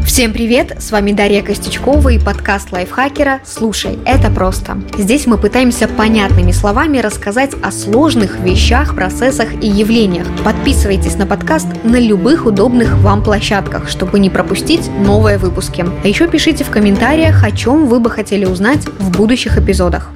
Всем привет! С вами Дарья Костючкова и подкаст лайфхакера «Слушай, это просто». Здесь мы пытаемся понятными словами рассказать о сложных вещах, процессах и явлениях. Подписывайтесь на подкаст на любых удобных вам площадках, чтобы не пропустить новые выпуски. А еще пишите в комментариях, о чем вы бы хотели узнать в будущих эпизодах.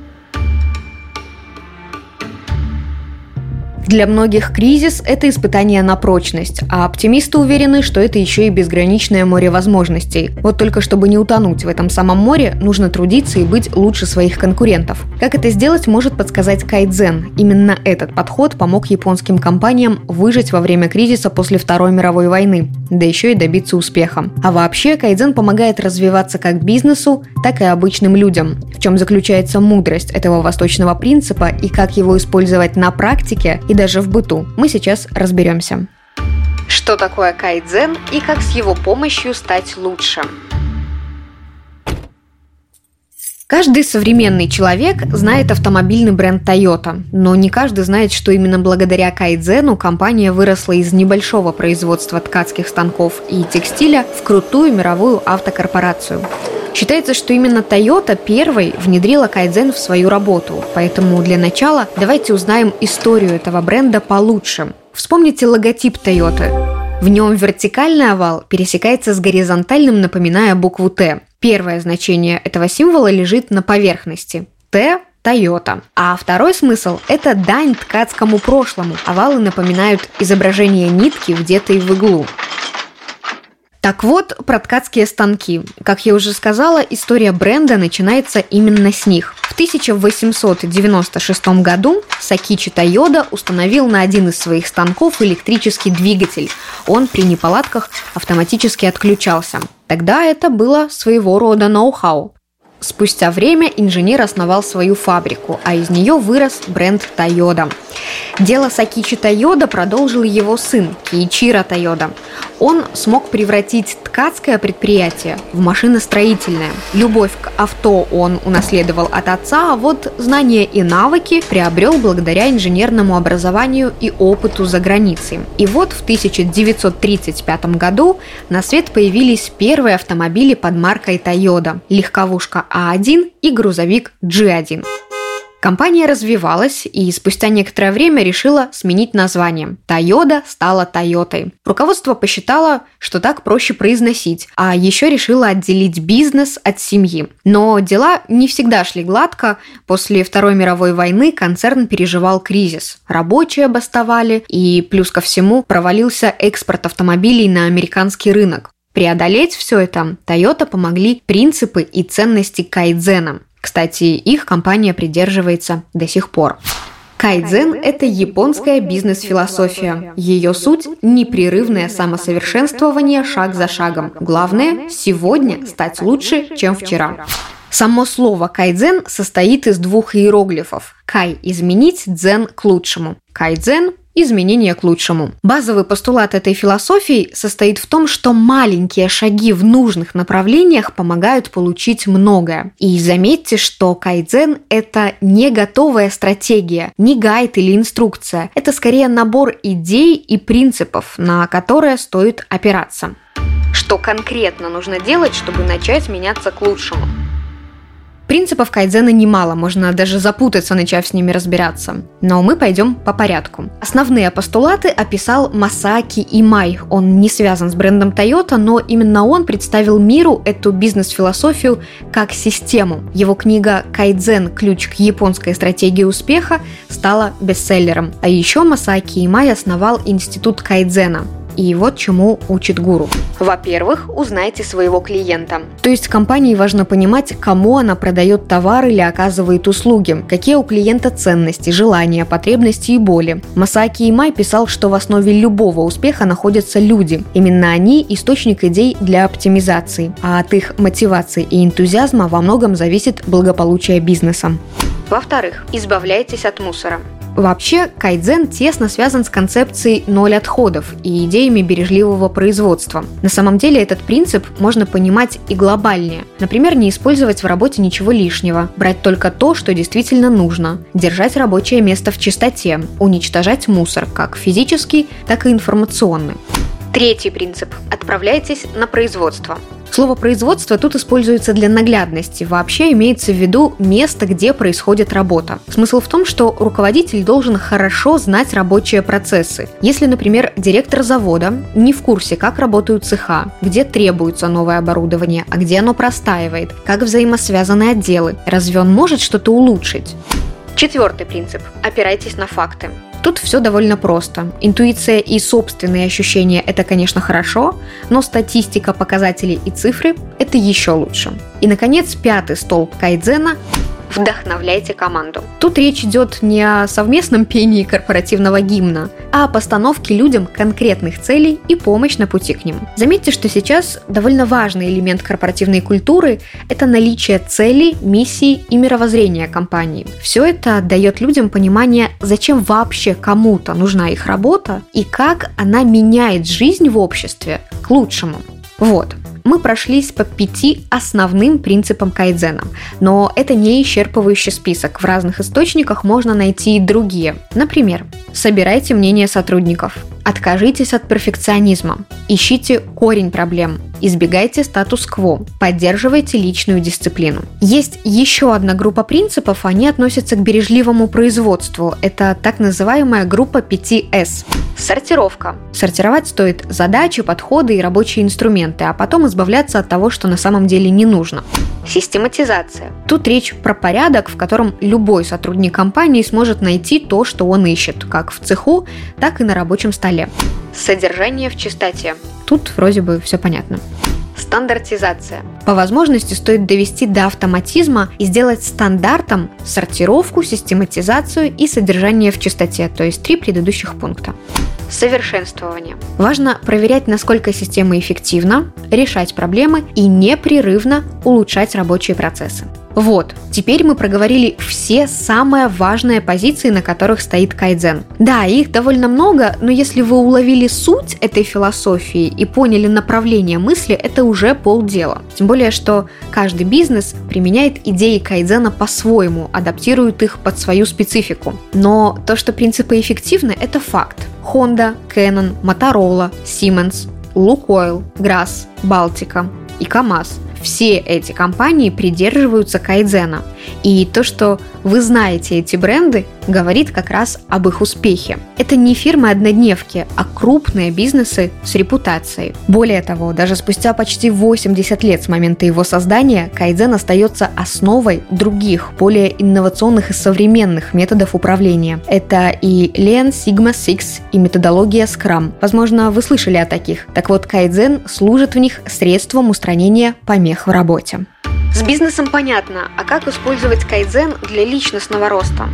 Для многих кризис – это испытание на прочность, а оптимисты уверены, что это еще и безграничное море возможностей. Вот только чтобы не утонуть в этом самом море, нужно трудиться и быть лучше своих конкурентов. Как это сделать, может подсказать кайдзен. Именно этот подход помог японским компаниям выжить во время кризиса после Второй мировой войны, да еще и добиться успеха. А вообще, кайдзен помогает развиваться как бизнесу, так и обычным людям. В чем заключается мудрость этого восточного принципа и как его использовать на практике и даже в быту, мы сейчас разберемся. Что такое кайдзен и как с его помощью стать лучше? Каждый современный человек знает автомобильный бренд Toyota, но не каждый знает, что именно благодаря кайдзену компания выросла из небольшого производства ткацких станков и текстиля в крутую мировую автокорпорацию. Считается, что именно Toyota первой внедрила кайдзен в свою работу, поэтому для начала давайте узнаем историю этого бренда получше. Вспомните логотип Toyota. В нем вертикальный овал пересекается с горизонтальным, напоминая букву Т. Первое значение этого символа лежит на поверхности. Т – Toyota. А второй смысл – это дань ткацкому прошлому. Овалы напоминают изображение нитки, вдетой в иглу. Так вот, про ткацкие станки. Как я уже сказала, история бренда начинается именно с них. В 1896 году Сакичи Тойода установил на один из своих станков электрический двигатель. Он при неполадках автоматически отключался. Тогда это было своего рода ноу-хау. Спустя время инженер основал свою фабрику, а из нее вырос бренд Toyota. Дело Сакичи Тойода продолжил его сын Киичиро Тойода. Он смог превратить ткацкое предприятие в машиностроительное. Любовь к авто он унаследовал от отца, а вот знания и навыки приобрел благодаря инженерному образованию и опыту за границей. И вот в 1935 году на свет появились первые автомобили под маркой Toyota – легковушка А1 и грузовик G1. Компания развивалась и спустя некоторое время решила сменить название. Toyota стала Тойотой. Руководство посчитало, что так проще произносить, а еще решило отделить бизнес от семьи. Но дела не всегда шли гладко. После Второй мировой войны концерн переживал кризис. Рабочие бастовали, и плюс ко всему провалился экспорт автомобилей на американский рынок. Преодолеть все это Toyota помогли принципы и ценности кайдзена. Кстати, их компания придерживается до сих пор. Кайдзен – это японская бизнес-философия. Ее суть – непрерывное самосовершенствование шаг за шагом. Главное – сегодня стать лучше, чем вчера. Само слово кайдзен состоит из двух иероглифов. Кай – изменить, дзен – к лучшему. Кайдзен – изменение к лучшему. Базовый постулат этой философии состоит в том, что маленькие шаги в нужных направлениях помогают получить многое. И заметьте, что кайдзен – это не готовая стратегия, не гайд или инструкция. Это скорее набор идей и принципов, на которые стоит опираться. Что конкретно нужно делать, чтобы начать меняться к лучшему? Принципов кайдзена немало, можно даже запутаться, начав с ними разбираться. Но мы пойдем по порядку. Основные постулаты описал Масааки Имай. Он не связан с брендом Toyota, но именно он представил миру эту бизнес-философию как систему. Его книга «Кайдзен. Ключ к японской стратегии успеха» стала бестселлером. А еще Масааки Имай основал институт кайдзена. И вот чему учит гуру. Во-первых, узнайте своего клиента. То есть компании важно понимать, кому она продает товар или оказывает услуги, какие у клиента ценности, желания, потребности и боли. Масааки Имай писал, что в основе любого успеха находятся люди. Именно они – источник идей для оптимизации, а от их мотивации и энтузиазма во многом зависит благополучие бизнеса. Во-вторых, избавляйтесь от мусора. Вообще, кайдзен тесно связан с концепцией «ноль отходов» и идеями бережливого производства. На самом деле этот принцип можно понимать и глобальнее. Например, не использовать в работе ничего лишнего, брать только то, что действительно нужно, держать рабочее место в чистоте, уничтожать мусор, как физический, так и информационный. Третий принцип. Отправляйтесь на производство. Слово «производство» тут используется для наглядности. Вообще имеется в виду место, где происходит работа. Смысл в том, что руководитель должен хорошо знать рабочие процессы. Если, например, директор завода не в курсе, как работают цеха, где требуется новое оборудование, а где оно простаивает, как взаимосвязаны отделы, разве он может что-то улучшить? 4-й принцип. Опирайтесь на факты. Тут все довольно просто. Интуиция и собственные ощущения – это, конечно, хорошо, но статистика, показатели и цифры – это еще лучше. И, наконец, 5-й столб кайдзена – вдохновляйте команду. Тут речь идет не о совместном пении корпоративного гимна, а о постановке людям конкретных целей и помощь на пути к ним. Заметьте, что сейчас довольно важный элемент корпоративной культуры – это наличие целей, миссии и мировоззрения компании. Все это дает людям понимание, зачем вообще кому-то нужна их работа и как она меняет жизнь в обществе к лучшему. Вот. Мы прошлись по 5 основным принципам кайдзена, но это не исчерпывающий список. В разных источниках можно найти и другие. Например, собирайте мнение сотрудников, откажитесь от перфекционизма, ищите корень проблем, избегайте статус-кво, поддерживайте личную дисциплину. Есть еще одна группа принципов, они относятся к бережливому производству. Это так называемая группа 5S. Сортировка. Сортировать стоит задачи, подходы и рабочие инструменты, а потом избавляться от того, что на самом деле не нужно. Систематизация. Тут речь про порядок, в котором любой сотрудник компании сможет найти то, что он ищет, как в цеху, так и на рабочем столе. Содержание в чистоте. Тут вроде бы все понятно. Стандартизация. По возможности стоит довести до автоматизма и сделать стандартом сортировку, систематизацию и содержание в чистоте, то есть 3 предыдущих пункта. Совершенствование. Важно проверять, насколько система эффективна, решать проблемы и непрерывно улучшать рабочие процессы. Вот, теперь мы проговорили все самые важные позиции, на которых стоит кайдзен. Да, их довольно много, но если вы уловили суть этой философии и поняли направление мысли, это уже полдела. Тем более, что каждый бизнес применяет идеи кайдзена по-своему, адаптирует их под свою специфику. Но то, что принципы эффективны, это факт. Honda, Canon, Motorola, Siemens, Lukoil, Gras, Baltica и КАМАЗ. Все эти компании придерживаются кайдзена. И то, что вы знаете эти бренды, говорит как раз об их успехе. Это не фирмы-однодневки, а крупные бизнесы с репутацией. Более того, даже спустя почти 80 лет с момента его создания, кайдзен остается основой других, более инновационных и современных методов управления. Это и Lean Sigma Six, и методология Scrum. Возможно, вы слышали о таких. Так вот, кайдзен служит в них средством устранения помех в работе. С бизнесом понятно, а как использовать кайдзен для личностного роста?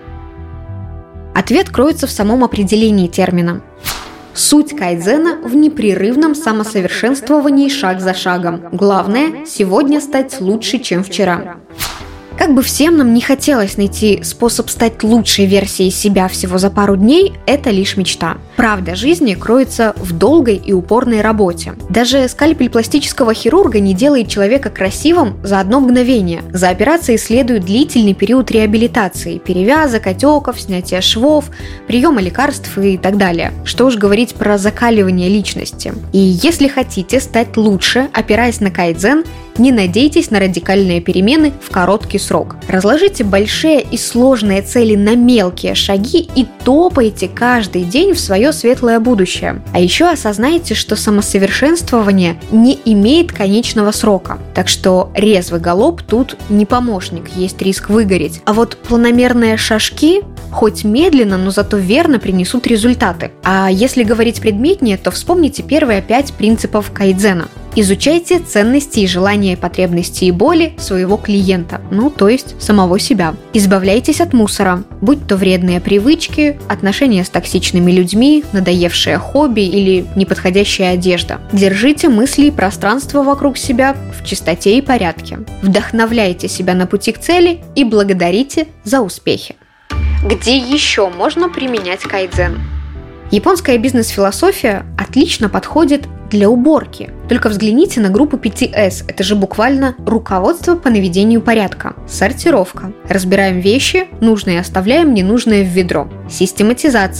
Ответ кроется в самом определении термина. Суть кайдзена в непрерывном самосовершенствовании шаг за шагом. Главное – сегодня стать лучше, чем вчера. Как бы всем нам не хотелось найти способ стать лучшей версией себя всего за пару дней, это лишь мечта. Правда жизни кроется в долгой и упорной работе. Даже скальпель пластического хирурга не делает человека красивым за одно мгновение. За операцией следует длительный период реабилитации, перевязок, отеков, снятия швов, приема лекарств и так далее. Что уж говорить про закаливание личности. И если хотите стать лучше, опираясь на кайдзен, не надейтесь на радикальные перемены в короткий срок. Разложите большие и сложные цели на мелкие шаги и топайте каждый день в свое светлое будущее. А еще осознайте, что самосовершенствование не имеет конечного срока. Так что резвый галоп тут не помощник, есть риск выгореть. А вот планомерные шажки, хоть медленно, но зато верно принесут результаты. А если говорить предметнее, то вспомните первые 5 принципов кайдзена. Изучайте ценности и желания, потребности и боли своего клиента, то есть самого себя. Избавляйтесь от мусора, будь то вредные привычки, отношения с токсичными людьми, надоевшее хобби или неподходящая одежда. Держите мысли и пространство вокруг себя в чистоте и порядке. Вдохновляйте себя на пути к цели и благодарите за успехи. Где еще можно применять кайдзен? Японская бизнес-философия отлично подходит для уборки. Только взгляните на группу 5S. Это же буквально руководство по наведению порядка. Сортировка. Разбираем вещи, нужные оставляем, ненужные в ведро. Систематизация.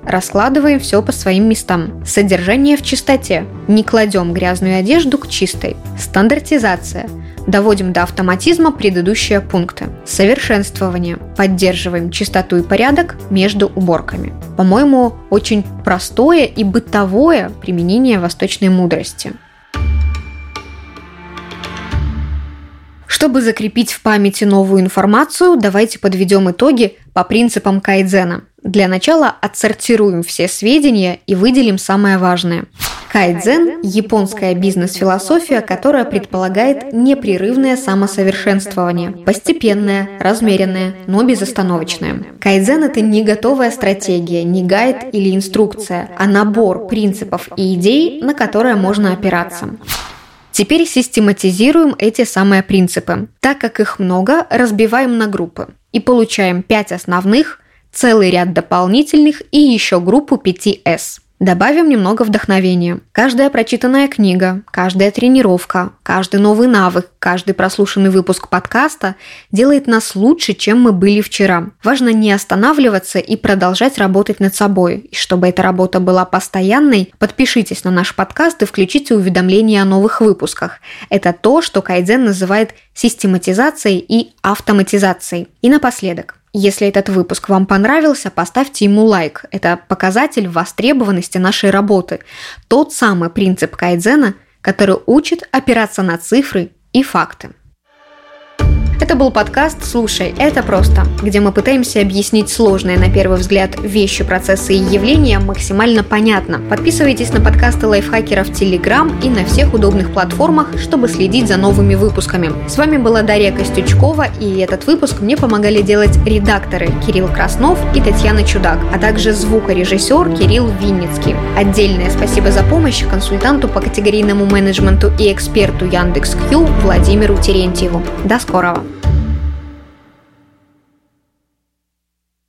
Раскладываем все по своим местам. Содержание в чистоте. Не кладем грязную одежду к чистой. Стандартизация. Доводим до автоматизма предыдущие пункты. Совершенствование. Поддерживаем чистоту и порядок между уборками. По-моему, очень простое и бытовое применение восточной мудрости. Чтобы закрепить в памяти новую информацию, давайте подведем итоги по принципам кайдзена. Для начала отсортируем все сведения и выделим самое важное. Кайдзен – японская бизнес-философия, которая предполагает непрерывное самосовершенствование, постепенное, размеренное, но безостановочное. Кайдзен – это не готовая стратегия, не гайд или инструкция, а набор принципов и идей, на которые можно опираться. Теперь систематизируем эти самые принципы. Так как их много, разбиваем на группы и получаем 5 основных, целый ряд дополнительных и еще группу 5S. Добавим немного вдохновения. Каждая прочитанная книга, каждая тренировка, каждый новый навык, каждый прослушанный выпуск подкаста делает нас лучше, чем мы были вчера. Важно не останавливаться и продолжать работать над собой. И чтобы эта работа была постоянной, подпишитесь на наш подкаст и включите уведомления о новых выпусках. Это то, что кайдзен называет систематизацией и автоматизацией. И напоследок. Если этот выпуск вам понравился, поставьте ему лайк. Это показатель востребованности нашей работы. Тот самый принцип кайдзена, который учит опираться на цифры и факты. Это был подкаст «Слушай, это просто», где мы пытаемся объяснить сложные на первый взгляд вещи, процессы и явления максимально понятно. Подписывайтесь на подкасты лайфхакеров в Telegram и на всех удобных платформах, чтобы следить за новыми выпусками. С вами была Дарья Костючкова, и этот выпуск мне помогали делать редакторы Кирилл Краснов и Татьяна Чудак, а также звукорежиссер Кирилл Винницкий. Отдельное спасибо за помощь консультанту по категорийному менеджменту и эксперту Яндекс.Кью Владимиру Терентьеву. До скорого!